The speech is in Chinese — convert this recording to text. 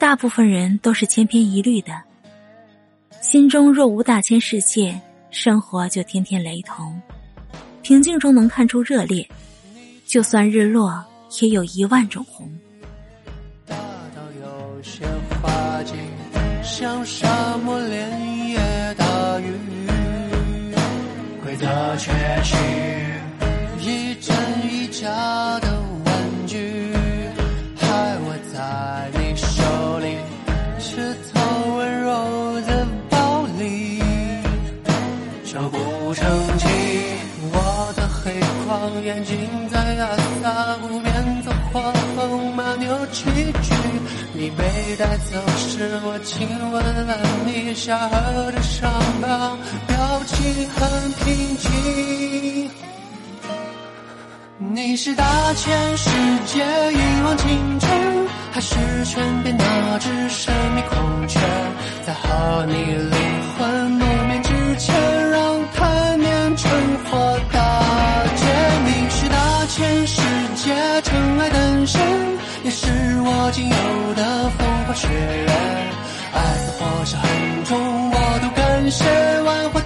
大部分人都是千篇一律的，心中若无大千世界，生活就天天雷同。平静中能看出热烈，就算日落也有10000种红。 大到有些滑稽，像沙漠连夜大雨，规则却是一真一假的玩具，还握在你手里，是头温柔的暴力，就不成器。我的黑框眼睛在亚萨湖边走晃，马牛崎岖，你被带走时我亲吻了你下颌的伤疤，表情很平静。你是大千世界遗忘青春，还是身边那只神秘孔雀，在和你灵魂梦面之前，让贪念成火大劫。你是大千世界尘埃诞生，也是我仅有的风花雪月，爱似火烧很重，我都感谢万花